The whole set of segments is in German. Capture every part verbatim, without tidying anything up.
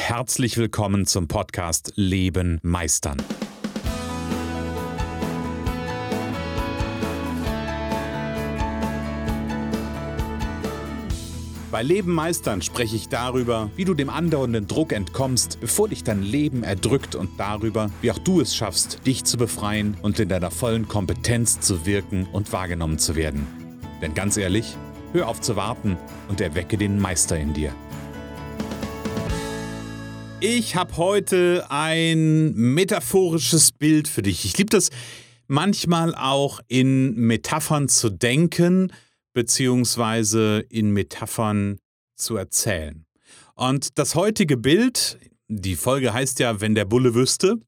herzlich willkommen zum Podcast Leben meistern. Bei Leben meistern spreche ich darüber, wie du dem andauernden Druck entkommst, bevor dich dein Leben erdrückt, und darüber, wie auch du es schaffst, dich zu befreien und in deiner vollen Kompetenz zu wirken und wahrgenommen zu werden. Denn ganz ehrlich, hör auf zu warten und erwecke den Meister in dir. Ich habe heute ein metaphorisches Bild für dich. Ich liebe das manchmal auch in Metaphern zu denken, beziehungsweise in Metaphern zu erzählen. Und das heutige Bild, die Folge heißt ja, wenn der Bulle wüsste.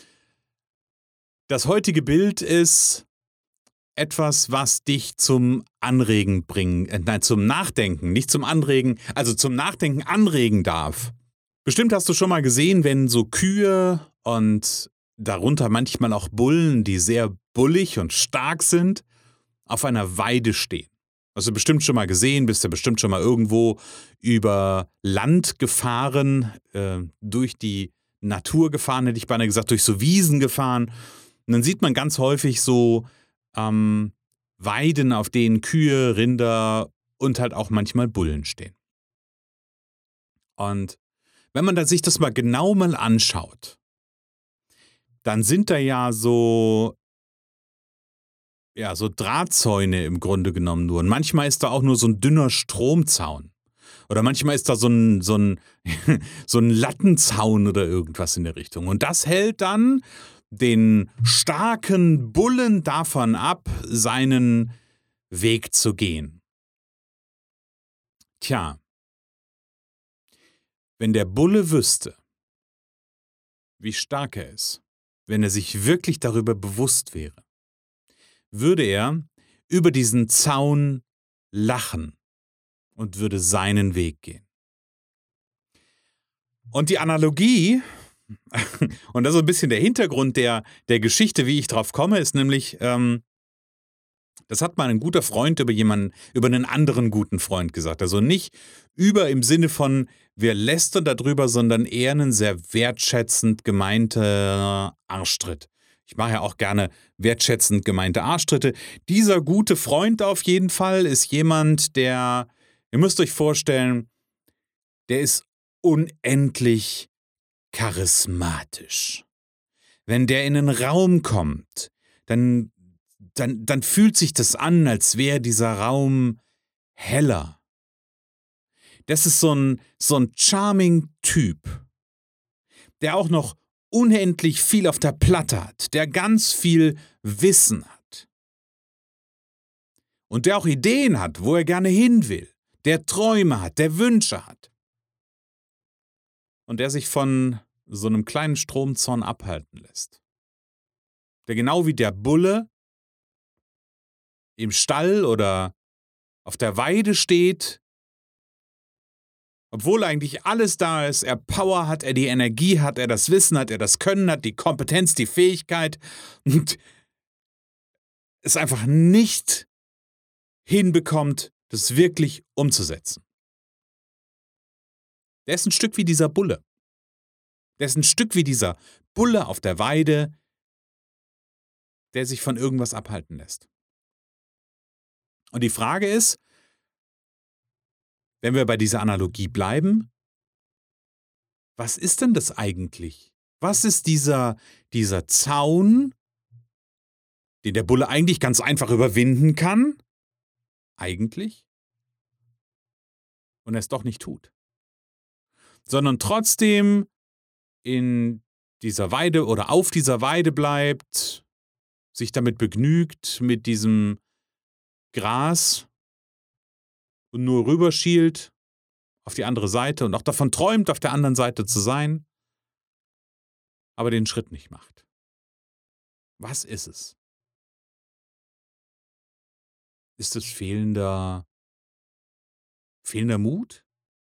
Das heutige Bild ist etwas, was dich zum Anregen bringen, äh, nein, zum Nachdenken, nicht zum Anregen, also zum Nachdenken anregen darf. Bestimmt hast du schon mal gesehen, wenn so Kühe und darunter manchmal auch Bullen, die sehr bullig und stark sind, auf einer Weide stehen. Hast du bestimmt schon mal gesehen, bist du bestimmt schon mal irgendwo über Land gefahren, äh, durch die Natur gefahren, hätte ich beinahe gesagt, durch so Wiesen gefahren. Und dann sieht man ganz häufig so ähm, Weiden, auf denen Kühe, Rinder und halt auch manchmal Bullen stehen. Und wenn man da sich das mal genau mal anschaut, dann sind da ja so Ja, so Drahtzäune im Grunde genommen nur. Und manchmal ist da auch nur so ein dünner Stromzaun. Oder manchmal ist da so ein, so ein, so ein Lattenzaun oder irgendwas in der Richtung. Und das hält dann den starken Bullen davon ab, seinen Weg zu gehen. Tja, wenn der Bulle wüsste, wie stark er ist, wenn er sich wirklich darüber bewusst wäre, würde er über diesen Zaun lachen und würde seinen Weg gehen. Und die Analogie, und das ist so ein bisschen der Hintergrund der, der Geschichte, wie ich drauf komme, ist nämlich, ähm, das hat mal ein guter Freund über jemanden, über einen anderen guten Freund gesagt. Also nicht über im Sinne von, wir lästern darüber, sondern eher ein sehr wertschätzend gemeinter Arschtritt. Ich mache ja auch gerne wertschätzend gemeinte Arschtritte. Dieser gute Freund auf jeden Fall ist jemand, der, ihr müsst euch vorstellen, der ist unendlich charismatisch. Wenn der in einen Raum kommt, dann, dann, dann fühlt sich das an, als wäre dieser Raum heller. Das ist so ein, so ein charming Typ, der auch noch unendlich viel auf der Platte hat, der ganz viel Wissen hat. Und der auch Ideen hat, wo er gerne hin will, der Träume hat, der Wünsche hat. Und der sich von so einem kleinen Stromzaun abhalten lässt. Der genau wie der Bulle im Stall oder auf der Weide steht, obwohl eigentlich alles da ist, er Power hat, er die Energie hat, er das Wissen hat, er das Können hat, die Kompetenz, die Fähigkeit und es einfach nicht hinbekommt, das wirklich umzusetzen. Der ist ein Stück wie dieser Bulle. Der ist ein Stück wie dieser Bulle auf der Weide, der sich von irgendwas abhalten lässt. Und die Frage ist, wenn wir bei dieser Analogie bleiben, was ist denn das eigentlich? Was ist dieser, dieser Zaun, den der Bulle eigentlich ganz einfach überwinden kann? Eigentlich? Und er es doch nicht tut. Sondern trotzdem in dieser Weide oder auf dieser Weide bleibt, sich damit begnügt, mit diesem Gras und nur rüberschielt auf die andere Seite und auch davon träumt, auf der anderen Seite zu sein, aber den Schritt nicht macht. Was ist es? Ist es fehlender, fehlender Mut?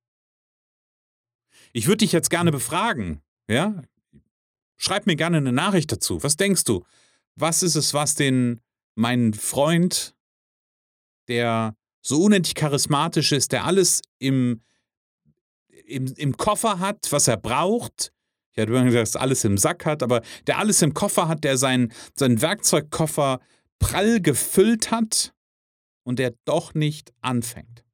Ich würde dich jetzt gerne befragen, ja? Schreib mir gerne eine Nachricht dazu. Was denkst du? Was ist es, was den meinen Freund, der so unendlich charismatisch ist, der alles im im, im Koffer hat, was er braucht. Ich hatte immer gesagt, dass er alles im Sack hat, aber der alles im Koffer hat, der seinen, seinen Werkzeugkoffer prall gefüllt hat und der doch nicht anfängt.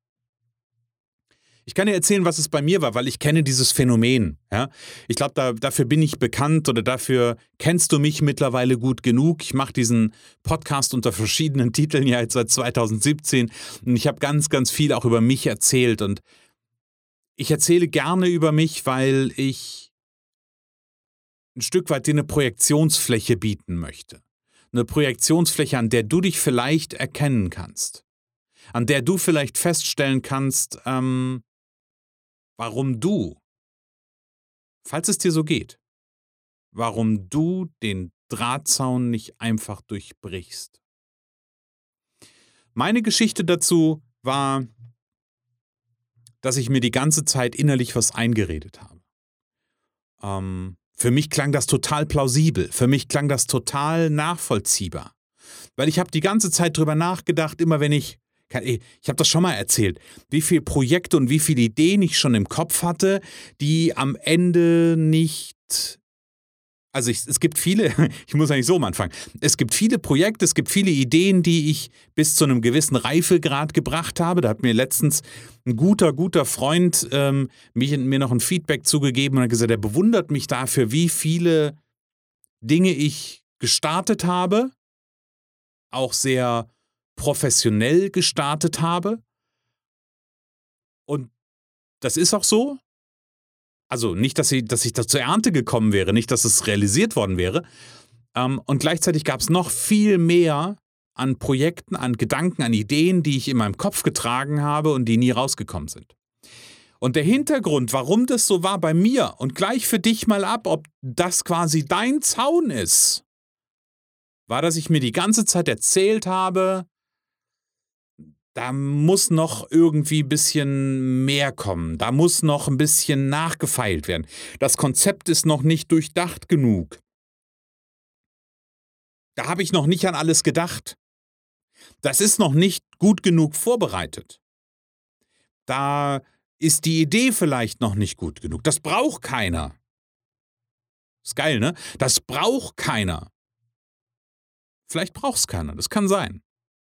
Ich kann dir erzählen, was es bei mir war, weil ich kenne dieses Phänomen. Ja? Ich glaube, da, dafür bin ich bekannt oder dafür kennst du mich mittlerweile gut genug. Ich mache diesen Podcast unter verschiedenen Titeln ja jetzt seit zweitausendsiebzehn und ich habe ganz, ganz viel auch über mich erzählt. Und ich erzähle gerne über mich, weil ich ein Stück weit dir eine Projektionsfläche bieten möchte. Eine Projektionsfläche, an der du dich vielleicht erkennen kannst. An der du vielleicht feststellen kannst, ähm, warum du, falls es dir so geht, warum du den Drahtzaun nicht einfach durchbrichst. Meine Geschichte dazu war, dass ich mir die ganze Zeit innerlich was eingeredet habe. Ähm, für mich klang das total plausibel, für mich klang das total nachvollziehbar. Weil ich habe die ganze Zeit drüber nachgedacht, immer wenn ich Ich habe das schon mal erzählt, wie viele Projekte und wie viele Ideen ich schon im Kopf hatte, die am Ende nicht. Also ich, es gibt viele, ich muss eigentlich so am Anfang, es gibt viele Projekte, es gibt viele Ideen, die ich bis zu einem gewissen Reifegrad gebracht habe. Da hat mir letztens ein guter, guter Freund ähm, mich, mir noch ein Feedback zugegeben und hat gesagt, er bewundert mich dafür, wie viele Dinge ich gestartet habe, auch sehr professionell gestartet habe. Und das ist auch so. Also nicht, dass ich, dass ich da zur Ernte gekommen wäre, nicht, dass es realisiert worden wäre. Ähm, und gleichzeitig gab es noch viel mehr an Projekten, an Gedanken, an Ideen, die ich in meinem Kopf getragen habe und die nie rausgekommen sind. Und der Hintergrund, warum das so war bei mir, und gleich für dich mal ab, ob das quasi dein Zaun ist, war, dass ich mir die ganze Zeit erzählt habe, da muss noch irgendwie ein bisschen mehr kommen. Da muss noch ein bisschen nachgefeilt werden. Das Konzept ist noch nicht durchdacht genug. Da habe ich noch nicht an alles gedacht. Das ist noch nicht gut genug vorbereitet. Da ist die Idee vielleicht noch nicht gut genug. Das braucht keiner. Ist geil, ne? Das braucht keiner. Vielleicht braucht es keiner. Das kann sein.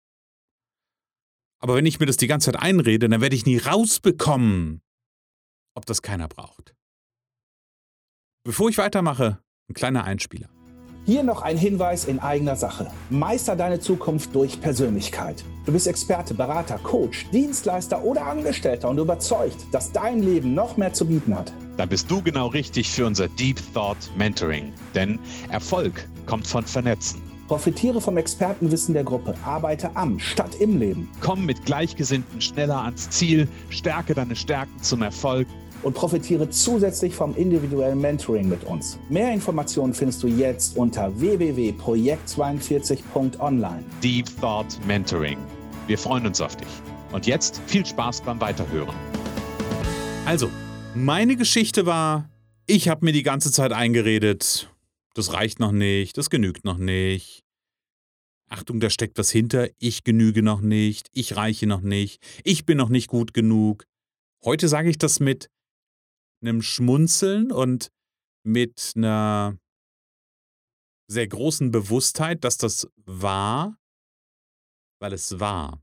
Aber wenn ich mir das die ganze Zeit einrede, dann werde ich nie rausbekommen, ob das keiner braucht. Bevor ich weitermache, ein kleiner Einspieler. Hier noch ein Hinweis in eigener Sache. Meister deine Zukunft durch Persönlichkeit. Du bist Experte, Berater, Coach, Dienstleister oder Angestellter und überzeugt, dass dein Leben noch mehr zu bieten hat. Dann bist du genau richtig für unser Deep Thought Mentoring. Denn Erfolg kommt von Vernetzen. Profitiere vom Expertenwissen der Gruppe. Arbeite am statt im Leben. Komm mit Gleichgesinnten schneller ans Ziel. Stärke deine Stärken zum Erfolg. Und profitiere zusätzlich vom individuellen Mentoring mit uns. Mehr Informationen findest du jetzt unter w w w punkt projekt zweiundvierzig punkt online. Deep Thought Mentoring. Wir freuen uns auf dich. Und jetzt viel Spaß beim Weiterhören. Also, meine Geschichte war, ich habe mir die ganze Zeit eingeredet, das reicht noch nicht, das genügt noch nicht. Achtung, da steckt was hinter, ich genüge noch nicht, ich reiche noch nicht, ich bin noch nicht gut genug. Heute sage ich das mit einem Schmunzeln und mit einer sehr großen Bewusstheit, dass das war, weil es war.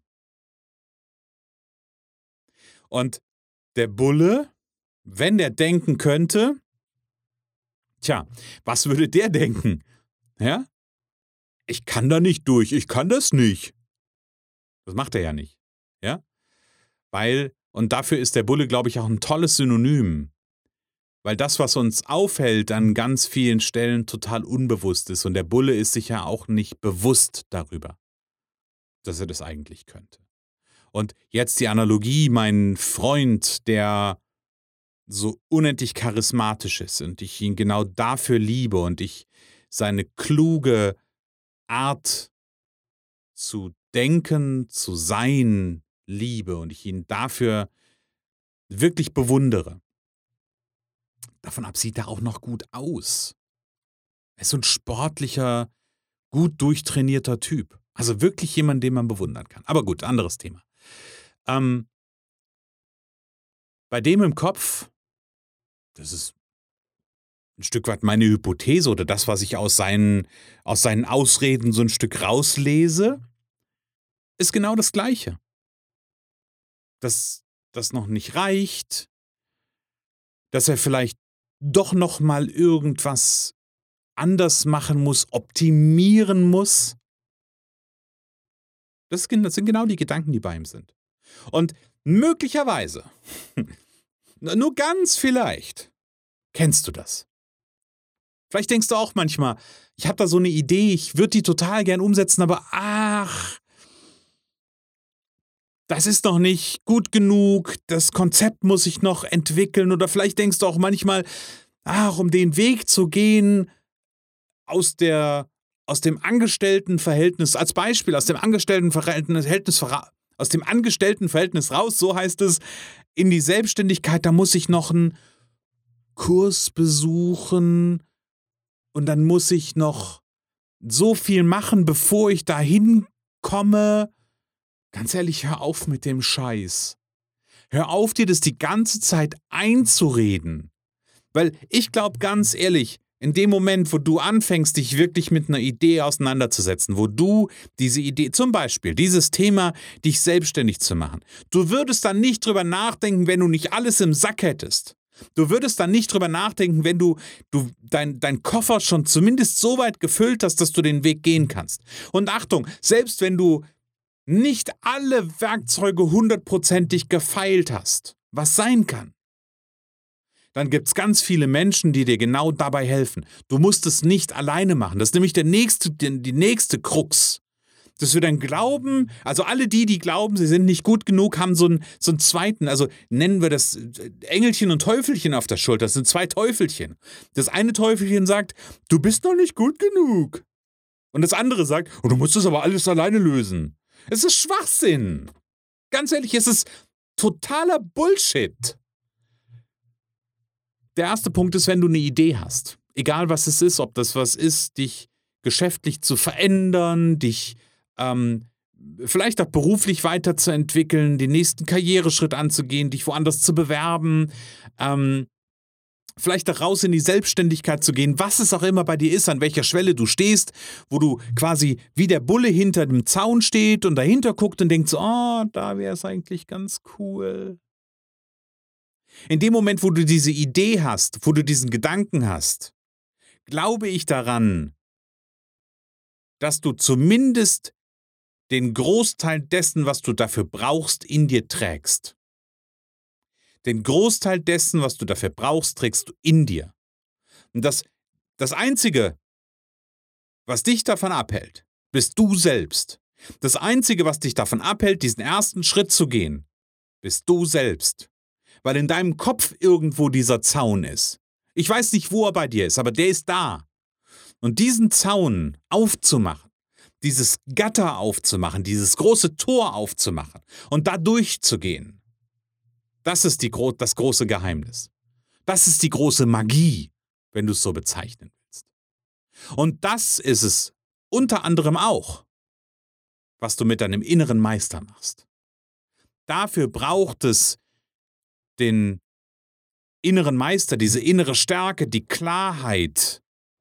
Und der Bulle, wenn der denken könnte, tja, was würde der denken? Ja? Ich kann da nicht durch, ich kann das nicht. Das macht er ja nicht. Ja? Weil, und dafür ist der Bulle, glaube ich, auch ein tolles Synonym. Weil das, was uns aufhält, an ganz vielen Stellen total unbewusst ist. Und der Bulle ist sich ja auch nicht bewusst darüber, dass er das eigentlich könnte. Und jetzt die Analogie, mein Freund, der so unendlich charismatisch ist und ich ihn genau dafür liebe und ich seine kluge Art zu denken, zu sein liebe und ich ihn dafür wirklich bewundere. Davon ab sieht er auch noch gut aus. Er ist so ein sportlicher, gut durchtrainierter Typ. Also wirklich jemand, den man bewundern kann. Aber gut, anderes Thema. Ähm, bei dem im Kopf, das ist ein Stück weit meine Hypothese oder das, was ich aus seinen, aus seinen Ausreden so ein Stück rauslese, ist genau das Gleiche. Dass das noch nicht reicht, dass er vielleicht doch noch mal irgendwas anders machen muss, optimieren muss. Das sind genau die Gedanken, die bei ihm sind. Und möglicherweise, nur ganz vielleicht, kennst du das. Vielleicht denkst du auch manchmal, ich habe da so eine Idee, ich würde die total gern umsetzen, aber ach, das ist noch nicht gut genug, das Konzept muss ich noch entwickeln. Oder vielleicht denkst du auch manchmal, ach, um den Weg zu gehen aus der, aus dem Angestelltenverhältnis, als Beispiel, aus dem Angestelltenverhältnis, aus dem Angestelltenverhältnis raus, so heißt es, in die Selbstständigkeit, da muss ich noch einen Kurs besuchen und dann muss ich noch so viel machen, bevor ich dahin komme. Ganz ehrlich, hör auf mit dem Scheiß. Hör auf, dir das die ganze Zeit einzureden. Weil ich glaube ganz ehrlich, in dem Moment, wo du anfängst, dich wirklich mit einer Idee auseinanderzusetzen, wo du diese Idee, zum Beispiel dieses Thema, dich selbstständig zu machen, du würdest dann nicht drüber nachdenken, wenn du nicht alles im Sack hättest. Du würdest dann nicht drüber nachdenken, wenn du, du dein, dein Koffer schon zumindest so weit gefüllt hast, dass du den Weg gehen kannst. Und Achtung, selbst wenn du nicht alle Werkzeuge hundertprozentig gefeilt hast, was sein kann, dann gibt es ganz viele Menschen, die dir genau dabei helfen. Du musst es nicht alleine machen. Das ist nämlich der nächste, die, die nächste Krux. Dass wir dann glauben, also alle die, die glauben, sie sind nicht gut genug, haben so einen, so einen zweiten, also nennen wir das Engelchen und Teufelchen auf der Schulter. Das sind zwei Teufelchen. Das eine Teufelchen sagt, du bist noch nicht gut genug. Und das andere sagt, oh, du musst das aber alles alleine lösen. Es ist Schwachsinn. Ganz ehrlich, es ist totaler Bullshit. Der erste Punkt ist, wenn du eine Idee hast. Egal was es ist, ob das was ist, dich geschäftlich zu verändern, dich ähm, vielleicht auch beruflich weiterzuentwickeln, den nächsten Karriereschritt anzugehen, dich woanders zu bewerben, ähm, vielleicht auch raus in die Selbstständigkeit zu gehen, was es auch immer bei dir ist, an welcher Schwelle du stehst, wo du quasi wie der Bulle hinter dem Zaun steht und dahinter guckt und denkt so, oh, da wäre es eigentlich ganz cool. In dem Moment, wo du diese Idee hast, wo du diesen Gedanken hast, glaube ich daran, dass du zumindest den Großteil dessen, was du dafür brauchst, in dir trägst. Den Großteil dessen, was du dafür brauchst, trägst du in dir. Und das, das Einzige, was dich davon abhält, bist du selbst. Das Einzige, was dich davon abhält, diesen ersten Schritt zu gehen, bist du selbst. Weil in deinem Kopf irgendwo dieser Zaun ist. Ich weiß nicht, wo er bei dir ist, aber der ist da. Und diesen Zaun aufzumachen, dieses Gatter aufzumachen, dieses große Tor aufzumachen und da durchzugehen, das ist die, das große Geheimnis. Das ist die große Magie, wenn du es so bezeichnen willst. Und das ist es unter anderem auch, was du mit deinem inneren Meister machst. Dafür braucht es den inneren Meister, diese innere Stärke, die Klarheit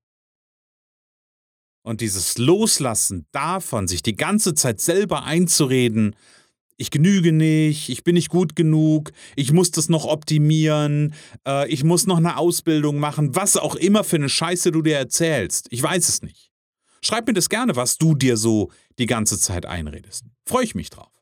und dieses Loslassen davon, sich die ganze Zeit selber einzureden, ich genüge nicht, ich bin nicht gut genug, ich muss das noch optimieren, äh, ich muss noch eine Ausbildung machen, was auch immer für eine Scheiße du dir erzählst. Ich weiß es nicht. Schreib mir das gerne, was du dir so die ganze Zeit einredest. Freue ich mich drauf.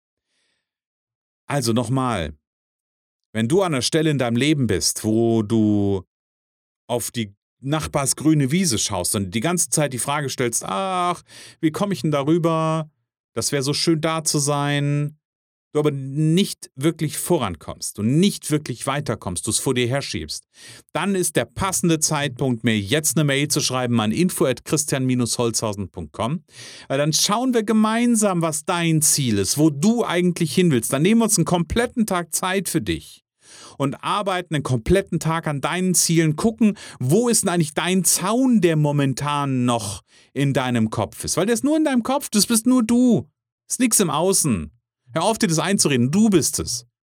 Also nochmal, wenn du an einer Stelle in deinem Leben bist, wo du auf die nachbarsgrüne Wiese schaust und die ganze Zeit die Frage stellst, ach, wie komme ich denn darüber? Das wäre so schön da zu sein. Du aber nicht wirklich vorankommst und nicht wirklich weiterkommst, du es vor dir herschiebst, dann ist der passende Zeitpunkt, mir jetzt eine Mail zu schreiben an info at christian holzhausen punkt com. Weil dann schauen wir gemeinsam, was dein Ziel ist, wo du eigentlich hin willst. Dann nehmen wir uns einen kompletten Tag Zeit für dich und arbeiten einen kompletten Tag an deinen Zielen, gucken, wo ist denn eigentlich dein Zaun, der momentan noch in deinem Kopf ist. Weil der ist nur in deinem Kopf, das bist nur du. Ist nichts im Außen. Hör auf, dir das einzureden, du bist es.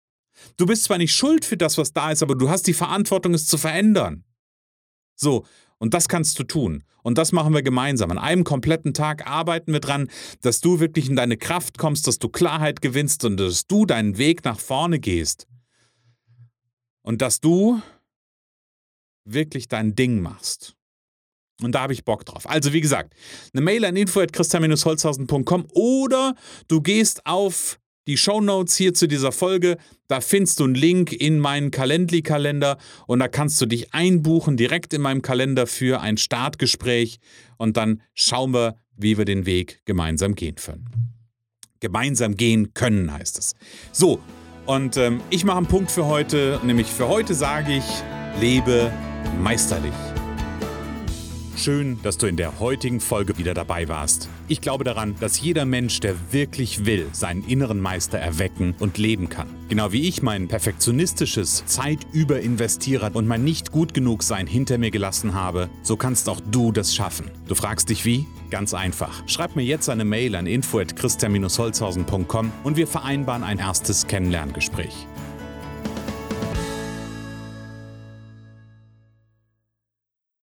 Du bist zwar nicht schuld für das, was da ist, aber du hast die Verantwortung, es zu verändern. So, und das kannst du tun. Und das machen wir gemeinsam. An einem kompletten Tag arbeiten wir dran, dass du wirklich in deine Kraft kommst, dass du Klarheit gewinnst und dass du deinen Weg nach vorne gehst. Und dass du wirklich dein Ding machst. Und da habe ich Bock drauf. Also wie gesagt, eine Mail an info at christian holzhausen punkt com oder du gehst auf die Shownotes hier zu dieser Folge. Da findest du einen Link in meinen Calendly-Kalender und da kannst du dich einbuchen direkt in meinem Kalender für ein Startgespräch und dann schauen wir, wie wir den Weg gemeinsam gehen können. Gemeinsam gehen können heißt es. So, und ähm, ich mache einen Punkt für heute, nämlich für heute sage ich, lebe meisterlich. Schön, dass du in der heutigen Folge wieder dabei warst. Ich glaube daran, dass jeder Mensch, der wirklich will, seinen inneren Meister erwecken und leben kann. Genau wie ich mein perfektionistisches Zeitüberinvestierer und mein Nicht-Gut-Genug-Sein hinter mir gelassen habe, so kannst auch du das schaffen. Du fragst dich wie? Ganz einfach. Schreib mir jetzt eine Mail an info at christian holzhausen punkt com und wir vereinbaren ein erstes Kennenlerngespräch.